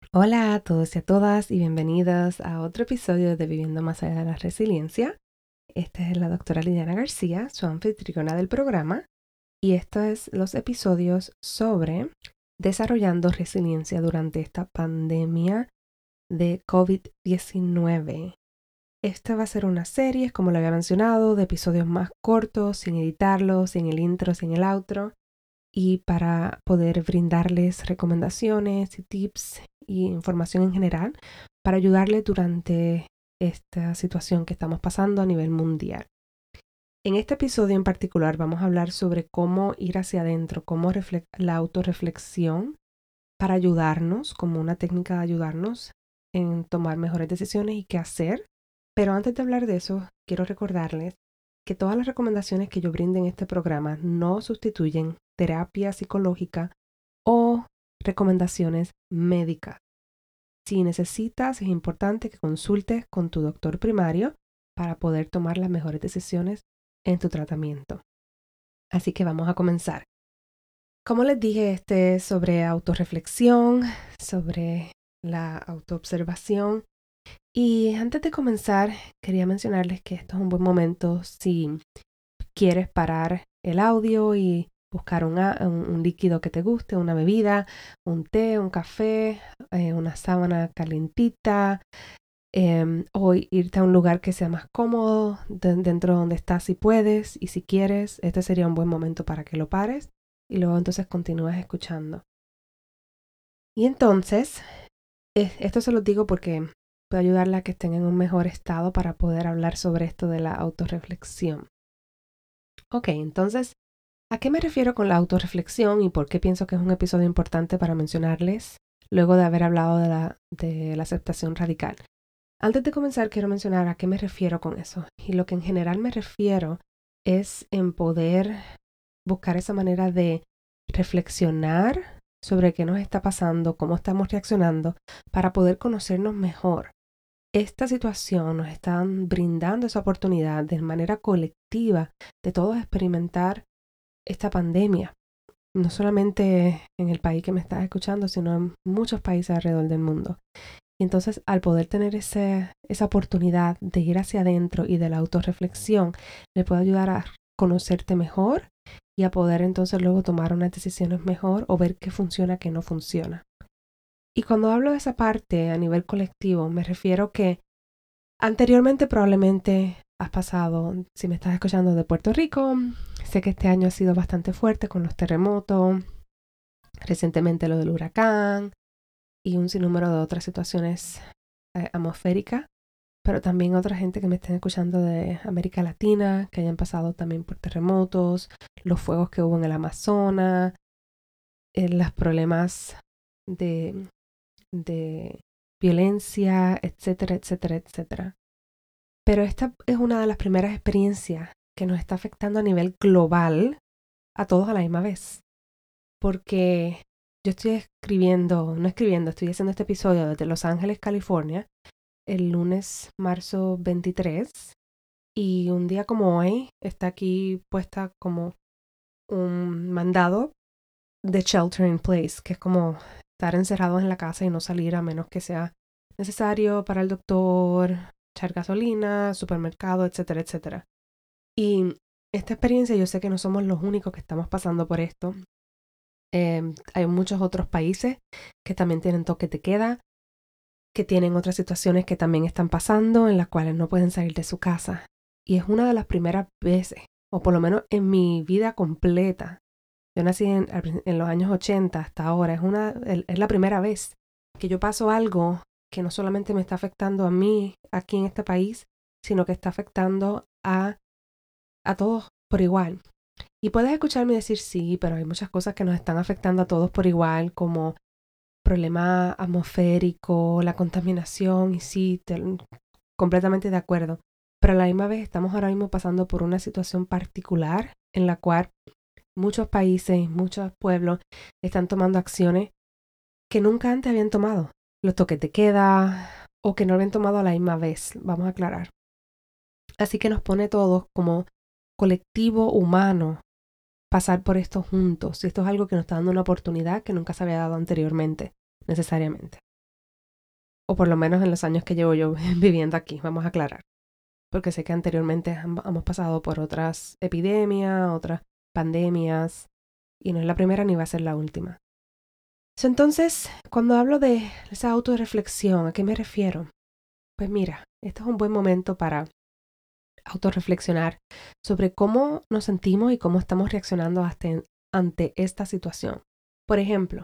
Hola a todos y a todas y bienvenidos a otro episodio de Viviendo Más Allá de la Resiliencia. Esta es la doctora Lidiana García, su anfitriona del programa, y estos es los episodios sobre desarrollando resiliencia durante esta pandemia de COVID-19. Esta va a ser una serie, como lo había mencionado, de episodios más cortos, sin editarlos, sin el intro, sin el outro, y para poder brindarles recomendaciones y tips y información en general para ayudarles durante esta situación que estamos pasando a nivel mundial. En este episodio en particular vamos a hablar sobre cómo ir hacia adentro, cómo la autorreflexión para ayudarnos, como una técnica de ayudarnos en tomar mejores decisiones y qué hacer. Pero antes de hablar de eso, quiero recordarles que todas las recomendaciones que yo brinde en este programa no sustituyen terapia psicológica o recomendaciones médicas. Si necesitas, es importante que consultes con tu doctor primario para poder tomar las mejores decisiones en tu tratamiento. Así que vamos a comenzar. Como les dije, este es sobre autorreflexión, sobre la autoobservación. Y antes de comenzar, quería mencionarles que esto es un buen momento si quieres parar el audio y buscar un líquido que te guste, una bebida, un té, un café, una sábana calentita, o irte a un lugar que sea más cómodo dentro de donde estás si puedes y si quieres. Este sería un buen momento para que lo pares y luego entonces continúas escuchando. Y entonces, esto se lo digo porque puede ayudarle a que estén en un mejor estado para poder hablar sobre esto de la autorreflexión. Ok, entonces, ¿a qué me refiero con la autorreflexión y por qué pienso que es un episodio importante para mencionarles luego de haber hablado de la aceptación radical? Antes de comenzar, quiero mencionar a qué me refiero con eso. Y lo que en general me refiero es en poder buscar esa manera de reflexionar sobre qué nos está pasando, cómo estamos reaccionando, para poder conocernos mejor. Esta situación nos está brindando esa oportunidad de manera colectiva de todos experimentar esta pandemia. No solamente en el país que me estás escuchando, sino en muchos países alrededor del mundo. Y entonces, al poder tener esa oportunidad de ir hacia adentro y de la autorreflexión, le puede ayudar a conocerte mejor y a poder entonces luego tomar unas decisiones mejor o ver qué funciona, qué no funciona. Y cuando hablo de esa parte a nivel colectivo, me refiero que anteriormente probablemente has pasado, si me estás escuchando de Puerto Rico, sé que este año ha sido bastante fuerte con los terremotos, recientemente lo del huracán y un sinnúmero de otras situaciones atmosféricas, pero también otra gente que me estén escuchando de América Latina, que hayan pasado también por terremotos, los fuegos que hubo en el Amazonas, los problemas de, de violencia, etcétera, etcétera, etcétera. Pero esta es una de las primeras experiencias que nos está afectando a nivel global a todos a la misma vez. Porque yo estoy estoy haciendo este episodio desde Los Ángeles, California, el lunes, marzo 23. Y un día como hoy está aquí puesta como un mandado de shelter in place, que es como estar encerrados en la casa y no salir a menos que sea necesario para el doctor, echar gasolina, supermercado, etcétera, etcétera. Y esta experiencia yo sé que no somos los únicos que estamos pasando por esto. Hay muchos otros países que también tienen toque de queda, que tienen otras situaciones que también están pasando en las cuales no pueden salir de su casa. Y es una de las primeras veces, o por lo menos en mi vida completa. Yo nací en los años 80 hasta ahora. Es la primera vez que yo paso algo que no solamente me está afectando a mí aquí en este país, sino que está afectando a todos por igual. Y puedes escucharme decir sí, pero hay muchas cosas que nos están afectando a todos por igual, como problema atmosférico, la contaminación, y sí, completamente de acuerdo. Pero a la misma vez estamos ahora mismo pasando por una situación particular en la cual muchos países, muchos pueblos están tomando acciones que nunca antes habían tomado. Los toques de queda o que no habían tomado a la misma vez, vamos a aclarar. Así que nos pone todos como colectivo humano pasar por esto juntos. Y esto es algo que nos está dando una oportunidad que nunca se había dado anteriormente, necesariamente. o por lo menos en los años que llevo yo viviendo aquí, vamos a aclarar. Porque sé que anteriormente hemos pasado por otras epidemias, otras pandemias, y no es la primera ni va a ser la última. Entonces, cuando hablo de esa autorreflexión, ¿a qué me refiero? Pues mira, este es un buen momento para autorreflexionar sobre cómo nos sentimos y cómo estamos reaccionando ante esta situación. Por ejemplo,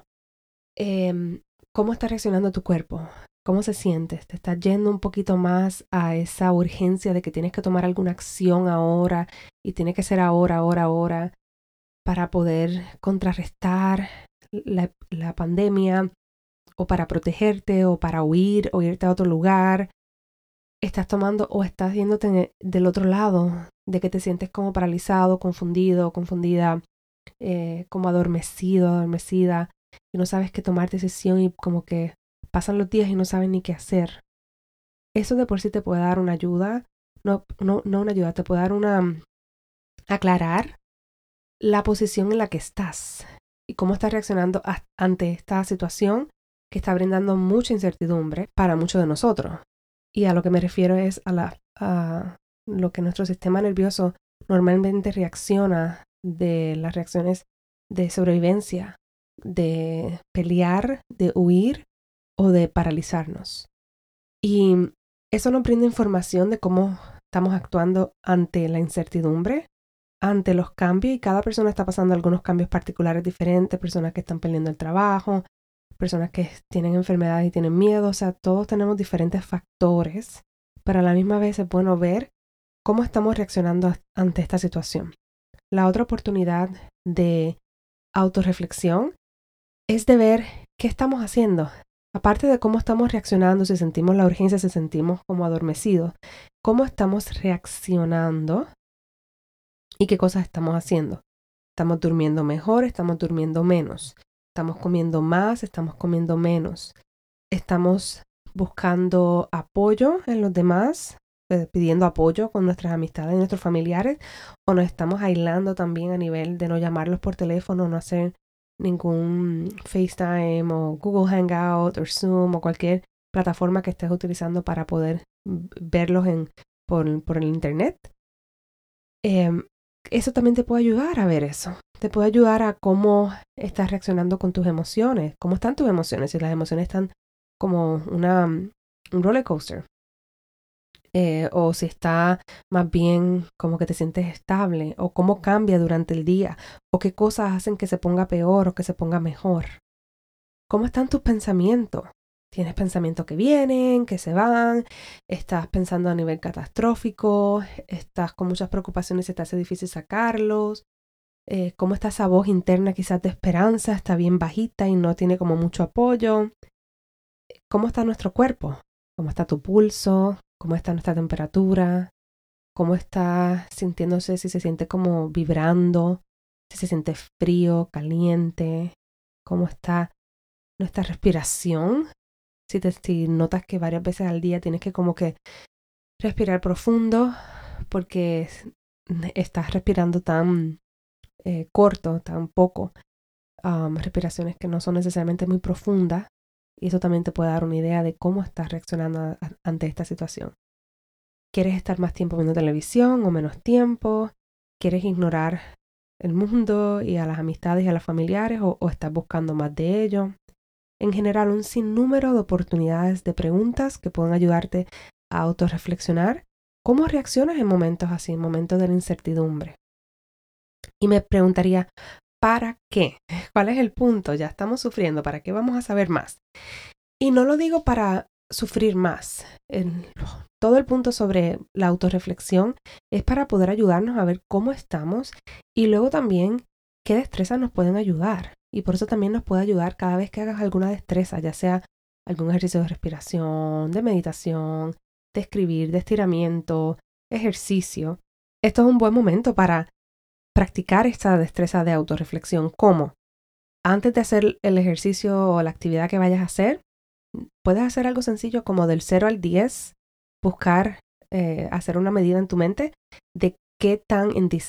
¿cómo está reaccionando tu cuerpo? ¿Cómo se sientes? ¿Te estás yendo un poquito más a esa urgencia de que tienes que tomar alguna acción ahora y tiene que ser ahora, para poder contrarrestar la pandemia o para protegerte o para huir o irte a otro lugar? ¿Estás tomando o estás yéndote del otro lado de que te sientes como paralizado, confundido, confundida, como adormecida y no sabes qué tomar decisión y como que pasan los días y no sabes ni qué hacer? Eso de por sí te puede dar una ayuda, no una ayuda, te puede dar aclarar la posición en la que estás y cómo estás reaccionando ante esta situación que está brindando mucha incertidumbre para muchos de nosotros. Y a lo que me refiero es a lo que nuestro sistema nervioso normalmente reacciona de las reacciones de sobrevivencia, de pelear, de huir o de paralizarnos. Y eso nos brinda información de cómo estamos actuando ante la incertidumbre, ante los cambios, y cada persona está pasando algunos cambios particulares diferentes, personas que están perdiendo el trabajo, personas que tienen enfermedades y tienen miedo, o sea, todos tenemos diferentes factores, pero a la misma vez es bueno ver cómo estamos reaccionando ante esta situación. La otra oportunidad de autorreflexión es de ver qué estamos haciendo. Aparte de cómo estamos reaccionando, si sentimos la urgencia, si sentimos como adormecidos, cómo estamos reaccionando y qué cosas estamos haciendo. ¿Estamos durmiendo mejor? ¿Estamos durmiendo menos? ¿Estamos comiendo más? ¿Estamos comiendo menos? ¿Estamos buscando apoyo en los demás? Pidiendo apoyo con nuestras amistades y nuestros familiares, o nos estamos aislando también a nivel de no llamarlos por teléfono, no hacer ningún FaceTime o Google Hangout o Zoom o cualquier plataforma que estés utilizando para poder verlos por el internet. Eso también te puede ayudar a ver eso. Te puede ayudar a cómo estás reaccionando con tus emociones. ¿Cómo están tus emociones? Si las emociones están como un roller coaster. O si está más bien como que te sientes estable. O cómo cambia durante el día. O qué cosas hacen que se ponga peor o que se ponga mejor. ¿Cómo están tus pensamientos? ¿Tienes pensamientos que vienen, que se van? ¿Estás pensando a nivel catastrófico? ¿Estás con muchas preocupaciones y se te hace difícil sacarlos? ¿Cómo está esa voz interna quizás de esperanza? ¿Está bien bajita y no tiene como mucho apoyo? ¿Cómo está nuestro cuerpo? ¿Cómo está tu pulso? ¿Cómo está nuestra temperatura? ¿Cómo está sintiéndose? Si se siente como vibrando, si se siente frío, caliente. ¿Cómo está nuestra respiración? Si notas que varias veces al día tienes que como que respirar profundo porque estás respirando tan corto, tan poco, respiraciones que no son necesariamente muy profundas, y eso también te puede dar una idea de cómo estás reaccionando ante esta situación. ¿Quieres estar más tiempo viendo televisión o menos tiempo? ¿Quieres ignorar el mundo y a las amistades y a los familiares o estás buscando más de ello? En general, un sinnúmero de oportunidades de preguntas que pueden ayudarte a autorreflexionar cómo reaccionas en momentos así, en momentos de la incertidumbre. Y me preguntaría, ¿para qué? ¿Cuál es el punto? Ya estamos sufriendo, ¿para qué vamos a saber más? Y no lo digo para sufrir más. Todo el punto sobre la autorreflexión es para poder ayudarnos a ver cómo estamos y luego también qué destrezas nos pueden ayudar. Y por eso también nos puede ayudar cada vez que hagas alguna destreza, ya sea algún ejercicio de respiración, de meditación, de escribir, de estiramiento, ejercicio. Esto es un buen momento para practicar esta destreza de autorreflexión. ¿Cómo? Antes de hacer el ejercicio o la actividad que vayas a hacer, puedes hacer algo sencillo como del 0 al 10, buscar, hacer una medida en tu mente de qué tan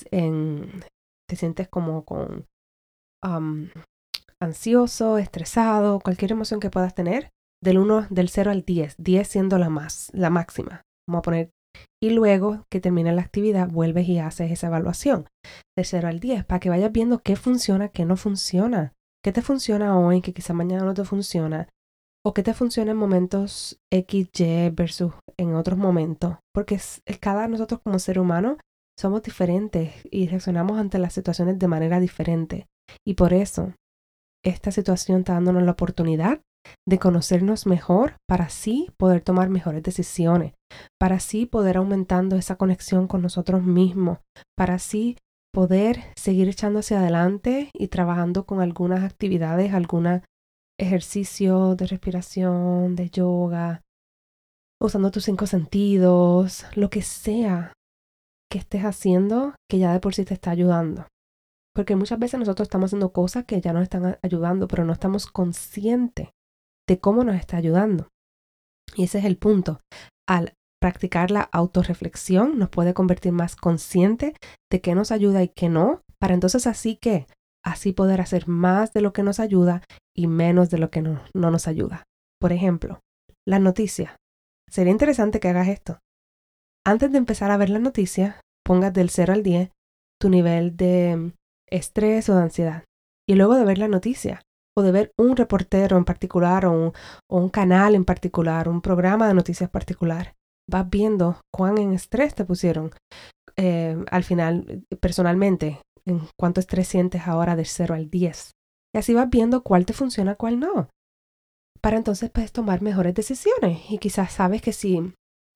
te sientes como con ansioso, estresado, cualquier emoción que puedas tener. del 0 al 10, 10 siendo la máxima. Vamos a poner, y luego que termine la actividad, vuelves y haces esa evaluación del 0 al 10 para que vayas viendo qué funciona, qué no funciona, qué te funciona hoy, que quizá mañana no te funciona, o qué te funciona en momentos X, Y versus en otros momentos. Porque cada nosotros como ser humano somos diferentes y reaccionamos ante las situaciones de manera diferente. Y por eso esta situación está dándonos la oportunidad de conocernos mejor para así poder tomar mejores decisiones, para así poder aumentando esa conexión con nosotros mismos, para así poder seguir echando hacia adelante y trabajando con algunas actividades, algunos ejercicios de respiración, de yoga, usando tus 5 sentidos, lo que sea que estés haciendo que ya de por sí te está ayudando. Porque muchas veces nosotros estamos haciendo cosas que ya nos están ayudando, pero no estamos conscientes de cómo nos está ayudando. Y ese es el punto. Al practicar la autorreflexión nos puede convertir más consciente de qué nos ayuda y qué no, para entonces así poder hacer más de lo que nos ayuda y menos de lo que no nos ayuda. Por ejemplo, las noticias. Sería interesante que hagas esto. Antes de empezar a ver las noticias, pongas del 0 al 10 tu nivel de estrés o de ansiedad. Y luego de ver la noticia o de ver un reportero en particular o un canal en particular, un programa de noticias particular, vas viendo cuán en estrés te pusieron. Al final, personalmente, en cuánto estrés sientes ahora del 0 al 10. Y así vas viendo cuál te funciona, cuál no. Para entonces puedes tomar mejores decisiones. Y quizás sabes que si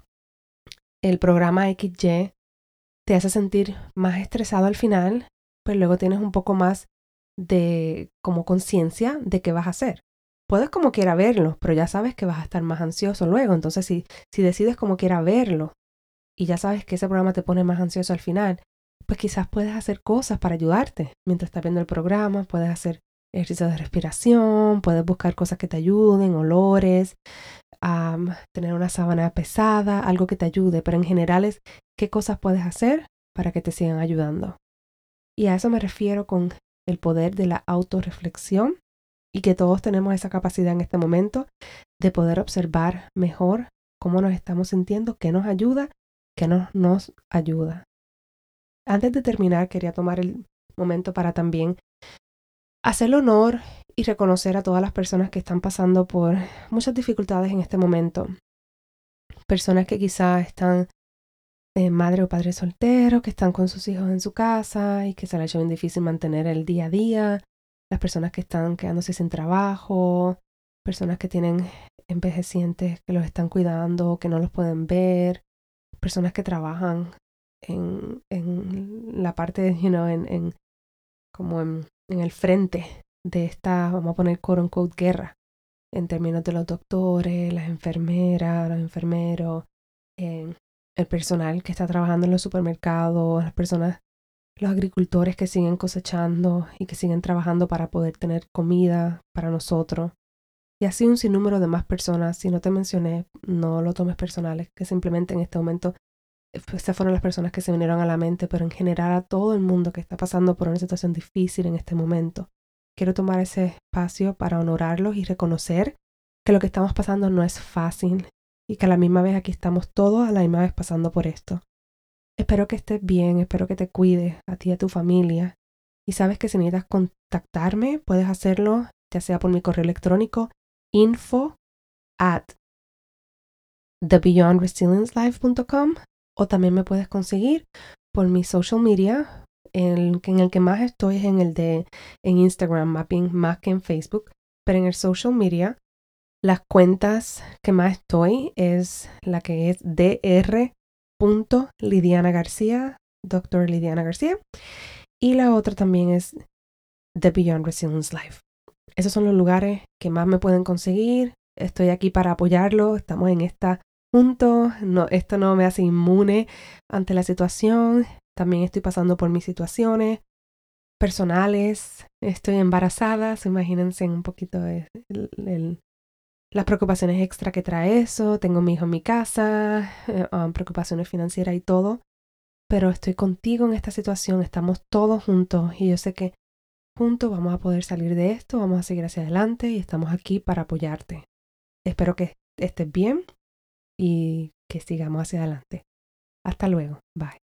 el programa XY te hace sentir más estresado al final, pues luego tienes un poco más de como conciencia de qué vas a hacer. Puedes como quiera verlo, pero ya sabes que vas a estar más ansioso luego. Entonces, si decides como quiera verlo y ya sabes que ese programa te pone más ansioso al final, pues quizás puedes hacer cosas para ayudarte. Mientras estás viendo el programa, puedes hacer ejercicios de respiración, puedes buscar cosas que te ayuden, olores, tener una sábana pesada, algo que te ayude, pero en general es qué cosas puedes hacer para que te sigan ayudando. Y a eso me refiero con el poder de la autorreflexión y que todos tenemos esa capacidad en este momento de poder observar mejor cómo nos estamos sintiendo, qué nos ayuda, qué no nos ayuda. Antes de terminar, quería tomar el momento para también hacer honor y reconocer a todas las personas que están pasando por muchas dificultades en este momento. Personas que quizás están madre o padre soltero, que están con sus hijos en su casa y que se les ha hecho bien difícil mantener el día a día. Las personas que están quedándose sin trabajo, personas que tienen envejecientes que los están cuidando, que no los pueden ver, personas que trabajan en la parte, como en el frente de esta, vamos a poner quote unquote, guerra, en términos de los doctores, las enfermeras, los enfermeros, el personal que está trabajando en los supermercados, las personas, los agricultores que siguen cosechando y que siguen trabajando para poder tener comida para nosotros. Y así un sinnúmero de más personas. Si no te mencioné, no lo tomes personales, que simplemente en este momento estas fueron las personas que se vinieron a la mente, pero en general a todo el mundo que está pasando por una situación difícil en este momento. Quiero tomar ese espacio para honorarlos y reconocer que lo que estamos pasando no es fácil y que a la misma vez aquí estamos todos a la misma vez pasando por esto. Espero que estés bien, espero que te cuides a ti y a tu familia. Y sabes que si necesitas contactarme, puedes hacerlo ya sea por mi correo electrónico info@thebeyondresilience.life.com o también me puedes conseguir por mi social media, en el que más estoy es en Instagram, más que en Facebook, pero en el social media las cuentas que más estoy es la que es dr.lidiana García, Dr. Lidiana García, y la otra también es The Beyond Resilience Life. Esos son los lugares que más me pueden conseguir. Estoy aquí para apoyarlo, estamos en esta juntos, esto no me hace inmune ante la situación, también estoy pasando por mis situaciones personales, estoy embarazada, imagínense un poquito las preocupaciones extra que trae eso, tengo mi hijo en mi casa, preocupaciones financieras y todo, pero estoy contigo en esta situación, estamos todos juntos y yo sé que juntos vamos a poder salir de esto, vamos a seguir hacia adelante y estamos aquí para apoyarte. Espero que estés bien y que sigamos hacia adelante. Hasta luego. Bye.